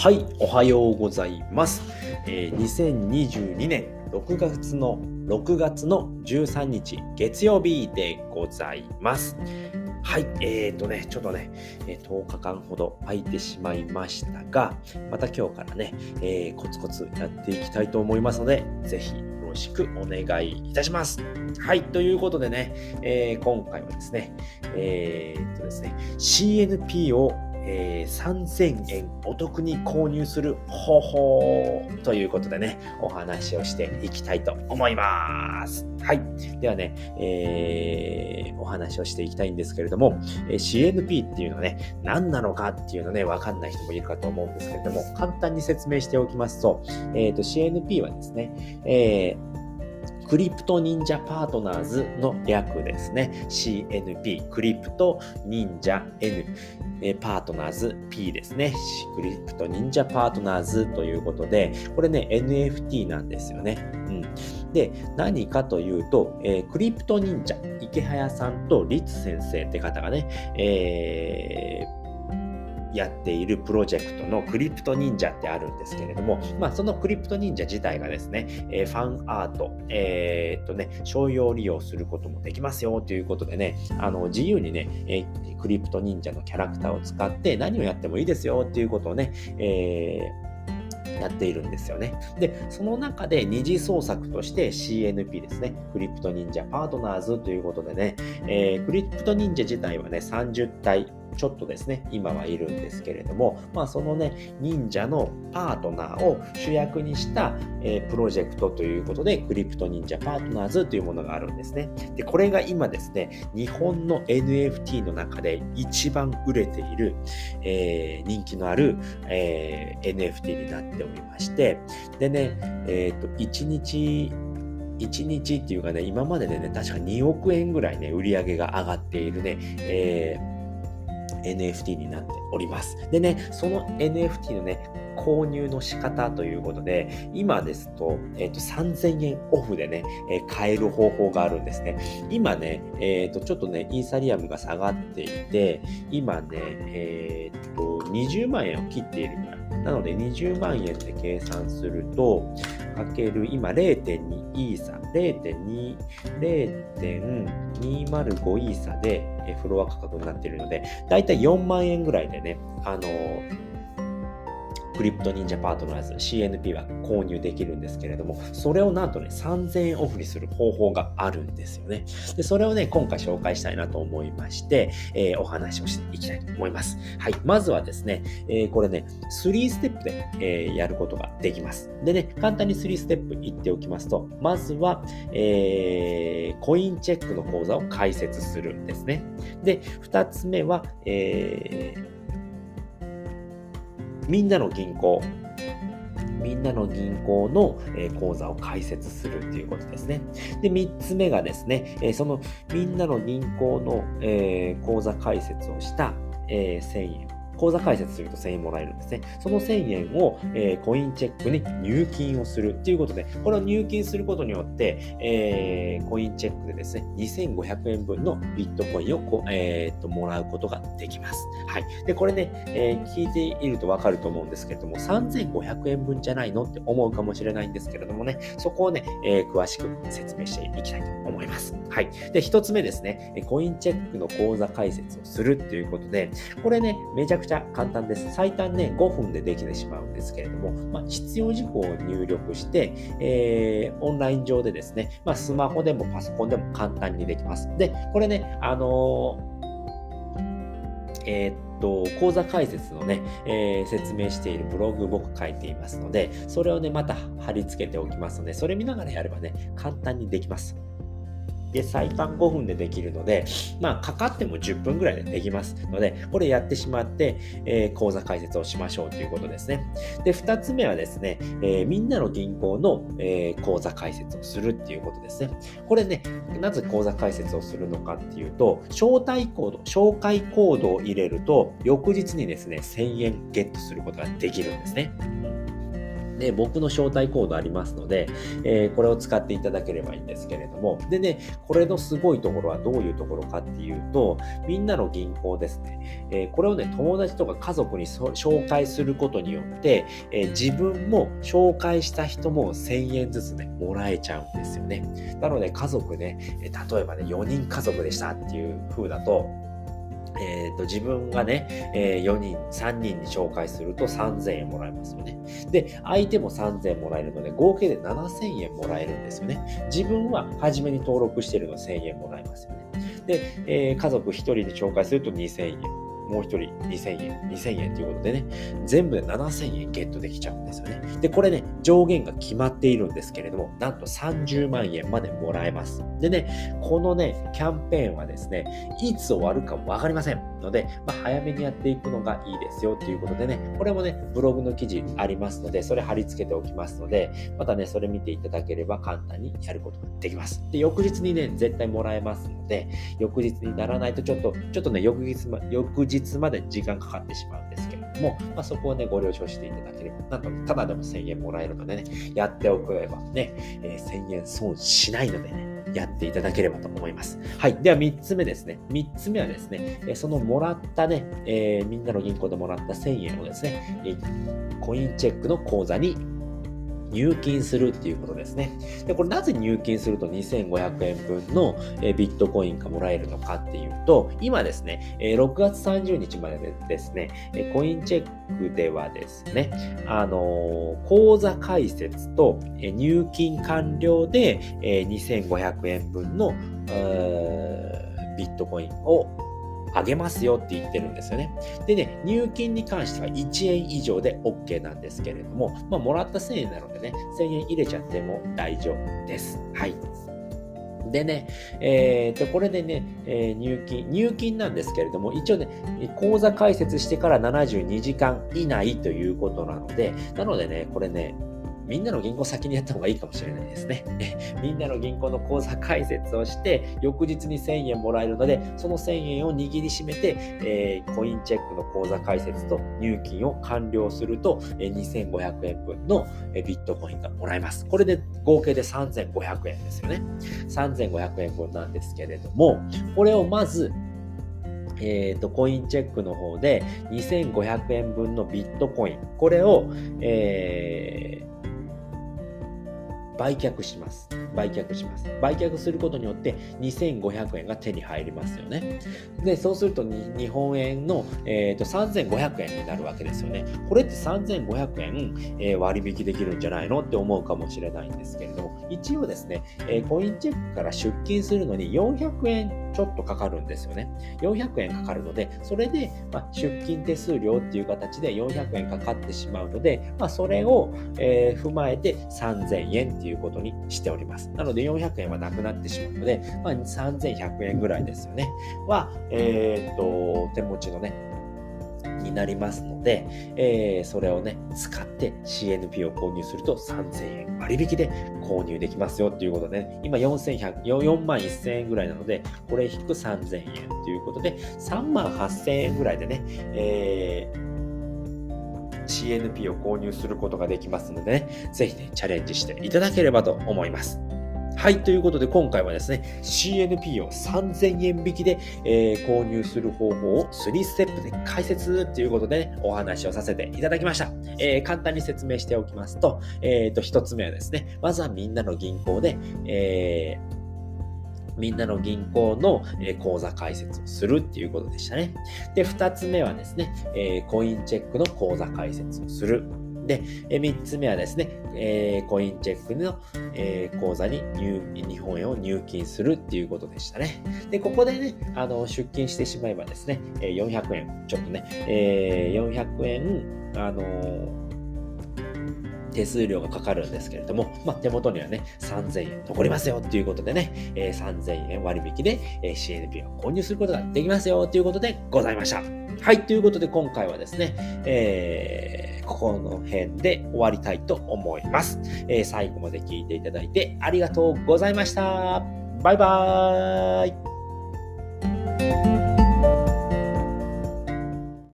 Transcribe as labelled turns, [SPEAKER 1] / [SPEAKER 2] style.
[SPEAKER 1] はい、おはようございます。2022年6月の13日月曜日でございます。はい、ちょっとね、10日間ほど空いてしまいましたが、また今日からね、コツコツやっていきたいと思いますので、ぜひよろしくお願いいたします。はい、ということでね、今回はですね、CNP を3000円お得に購入する方法ということでね、お話をしていきたいと思います。はい。ではね、お話をしていきたいんですけれども、CNP っていうのはね、何なのかっていうのね、わかんない人もいるかと思うんですけれども、簡単に説明しておきますと、CNP はですね、クリプト忍者パートナーズの略ですね。CNP、クリプト忍者 N、パートナーズ P ですね。クリプト忍者パートナーズということで、これね、NFT なんですよね。で、何かというと、クリプト忍者、池早さんとリツ先生って方がね、やっているプロジェクトのクリプト忍者ってあるんですけれども、そのクリプト忍者自体がですね、ファンアート、商用利用することもできますよということでね、自由にね、クリプト忍者のキャラクターを使って何をやってもいいですよっていうことをね、やっているんですよね。で、その中で二次創作として CNP ですね。クリプト忍者パートナーズということでね、クリプト忍者自体はね、30体ちょっとですね、今はいるんですけれども、そのね、忍者のパートナーを主役にした、プロジェクトということで、クリプト忍者パートナーズというものがあるんですね。で、これが今ですね、日本の NFT の中で一番売れている、人気のある、NFT になっておりまして、でね、1日っていうかね、今まででね、確か2億円ぐらいね、売り上げが上がっているね、NFT になっております。でね、その NFT のね、購入の仕方ということで、今ですと、3000円オフでね、買える方法があるんですね。今ね、ちょっとね、イーサリアムが下がっていて、今ね、20万円を切っているぐらい。なので、20万円で計算すると、かける今 0.2 イーサ、0.205 イーサでフロア価格になっているので、だいたい4万円ぐらいでね、クリプト忍者パートナーズ CNP は購入できるんですけれども、それをなんとね、3000円オフにする方法があるんですよね。で、それをね、今回紹介したいなと思いまして、お話をしていきたいと思います。はい。まずはですね、これね、3ステップで、やることができます。でね、簡単に3ステップ言っておきますと、まずは、コインチェックの口座を開設するんですね。で、2つ目は、みんなの銀行の口座を開設するということですね。で、3つ目がですね、そのみんなの銀行の口座開設をした1000円。口座開設すると1000円もらえるんですね。その1000円を、コインチェックに入金をするということで、これを入金することによって、コインチェックでですね、2500円分のビットコインをもらうことができます。はい。で、これね、聞いているとわかると思うんですけれども、3500円分じゃないのって思うかもしれないんですけれどもね、そこをね、詳しく説明していきたいと思います。はい。で、一つ目ですね、コインチェックの口座開設をするということで、これね、めちゃくちゃ簡単です。最短ね、5分でできてしまうんですけれども、必要事項を入力して、オンライン上でですね、スマホでもパソコンでも簡単にできます。で、これね、口座開設のね、説明しているブログ僕書いていますので、それをね、また貼り付けておきますので、それ見ながらやればね、簡単にできます。で、最短5分でできるので、かかっても10分ぐらいでできますので、これやってしまって、口座開設をしましょうということですね。で、2つ目はですね、みんなの銀行の、口座開設をするっていうことですね。これね、なぜ口座開設をするのかっていうと、紹介コードを入れると、翌日にですね、1000円ゲットすることができるんですね。 で、僕の招待コードありますので、これを使っていただければいいんですけれども、でね、これのすごいところはどういうところかっていうと、みんなの銀行ですね、これをね、友達とか家族に紹介することによって、自分も紹介した人も1000円ずつね、もらえちゃうんですよね。なので、家族ね、例えばね、4人家族でしたっていう風だと、自分がね、4人、3人に紹介すると3000円もらえますよね。で、相手も3000円もらえるので、合計で7000円もらえるんですよね。自分は初めに登録しているの1000円もらえますよね。で、家族1人で紹介すると2000円。もう一人2000円、2000円ということでね、全部で7000円ゲットできちゃうんですよね。で、これね、上限が決まっているんですけれども、なんと30万円までもらえます。でね、このね、キャンペーンはですね、いつ終わるかわかりませんので、早めにやっていくのがいいですよということでね、これもね、ブログの記事ありますので、それ貼り付けておきますので、またね、それ見ていただければ簡単にやることができます。で、翌日にね、絶対もらえますので、翌日にならないとちょっとね、翌日まで時間かかってしまうんですけれども、そこをね、ご了承していただければ、なんとただでも1000円もらえるのでね、やっておければね、1000円損しないのでね、やっていただければと思います。はい。では3つ目ですね。3つ目はですね、そのもらったね、みんなの銀行でもらった1000円をですね、コインチェックの口座に入金するっていうことですね。で、これなぜ入金すると2500円分のビットコインがもらえるのかっていうと、今ですね、6月30日まででですね、コインチェックではですね、口座開設と入金完了で2500円分のビットコインをあげますよって言ってるんですよね。でね、入金に関しては1円以上で OK なんですけれども、もらった1000円なのでね、1000円入れちゃっても大丈夫です。はい。でね、これでね、入金なんですけれども、一応ね、口座開設してから72時間以内ということなのでね、これね、みんなの銀行先にやった方がいいかもしれないですね。みんなの銀行の口座開設をして、翌日に1000円もらえるので、その1000円を握りしめて、コインチェックの口座開設と入金を完了すると、2500円分のビットコインがもらえます。これで合計で3500円ですよね。3500円分なんですけれども、これをまず、コインチェックの方で2500円分のビットコイン、これを、売却します。売却することによって2500円が手に入りますよね。で、そうすると日本円の、3500円になるわけですよね。これって3500円、割引できるんじゃないのって思うかもしれないんですけれども、一応ですね、コインチェックから出金するのに400円ちょっとかかるんですよね。400円かかるので、それで、出金手数料っていう形で400円かかってしまうので、それを、踏まえて3000円っていうことにしております。なので400円はなくなってしまうので、3100円ぐらいですよね。は、手持ちのね、になりますので、それをね、使って CNP を購入すると3000円割引で購入できますよということで、ね、今4万1000円ぐらいなので、これ引く3000円ということで、3万8000円ぐらいでね、CNP を購入することができますのでね、ぜひね、チャレンジしていただければと思います。はい。ということで、今回はですね、CNP を3000円引きで、購入する方法を3ステップで解説ということで、ね、お話をさせていただきました。簡単に説明しておきますと、1つ目はですね、まずはみんなの銀行で、みんなの銀行の口座開設をするっていうことでしたね。で、2つ目はですね、コインチェックの口座開設をする。で、3つ目はですね、コインチェックの、口座に日本円を入金するっていうことでしたね。で、ここでね、出金してしまえばですね、400円、ちょっとね、400円、手数料がかかるんですけれども、手元にはね、3000円残りますよっていうことでね、3000円割引で、CNP を購入することができますよということでございました。はい、ということで今回はですね、ここの辺で終わりたいと思います。最後まで聞いていただいてありがとうございました。バイバーイ。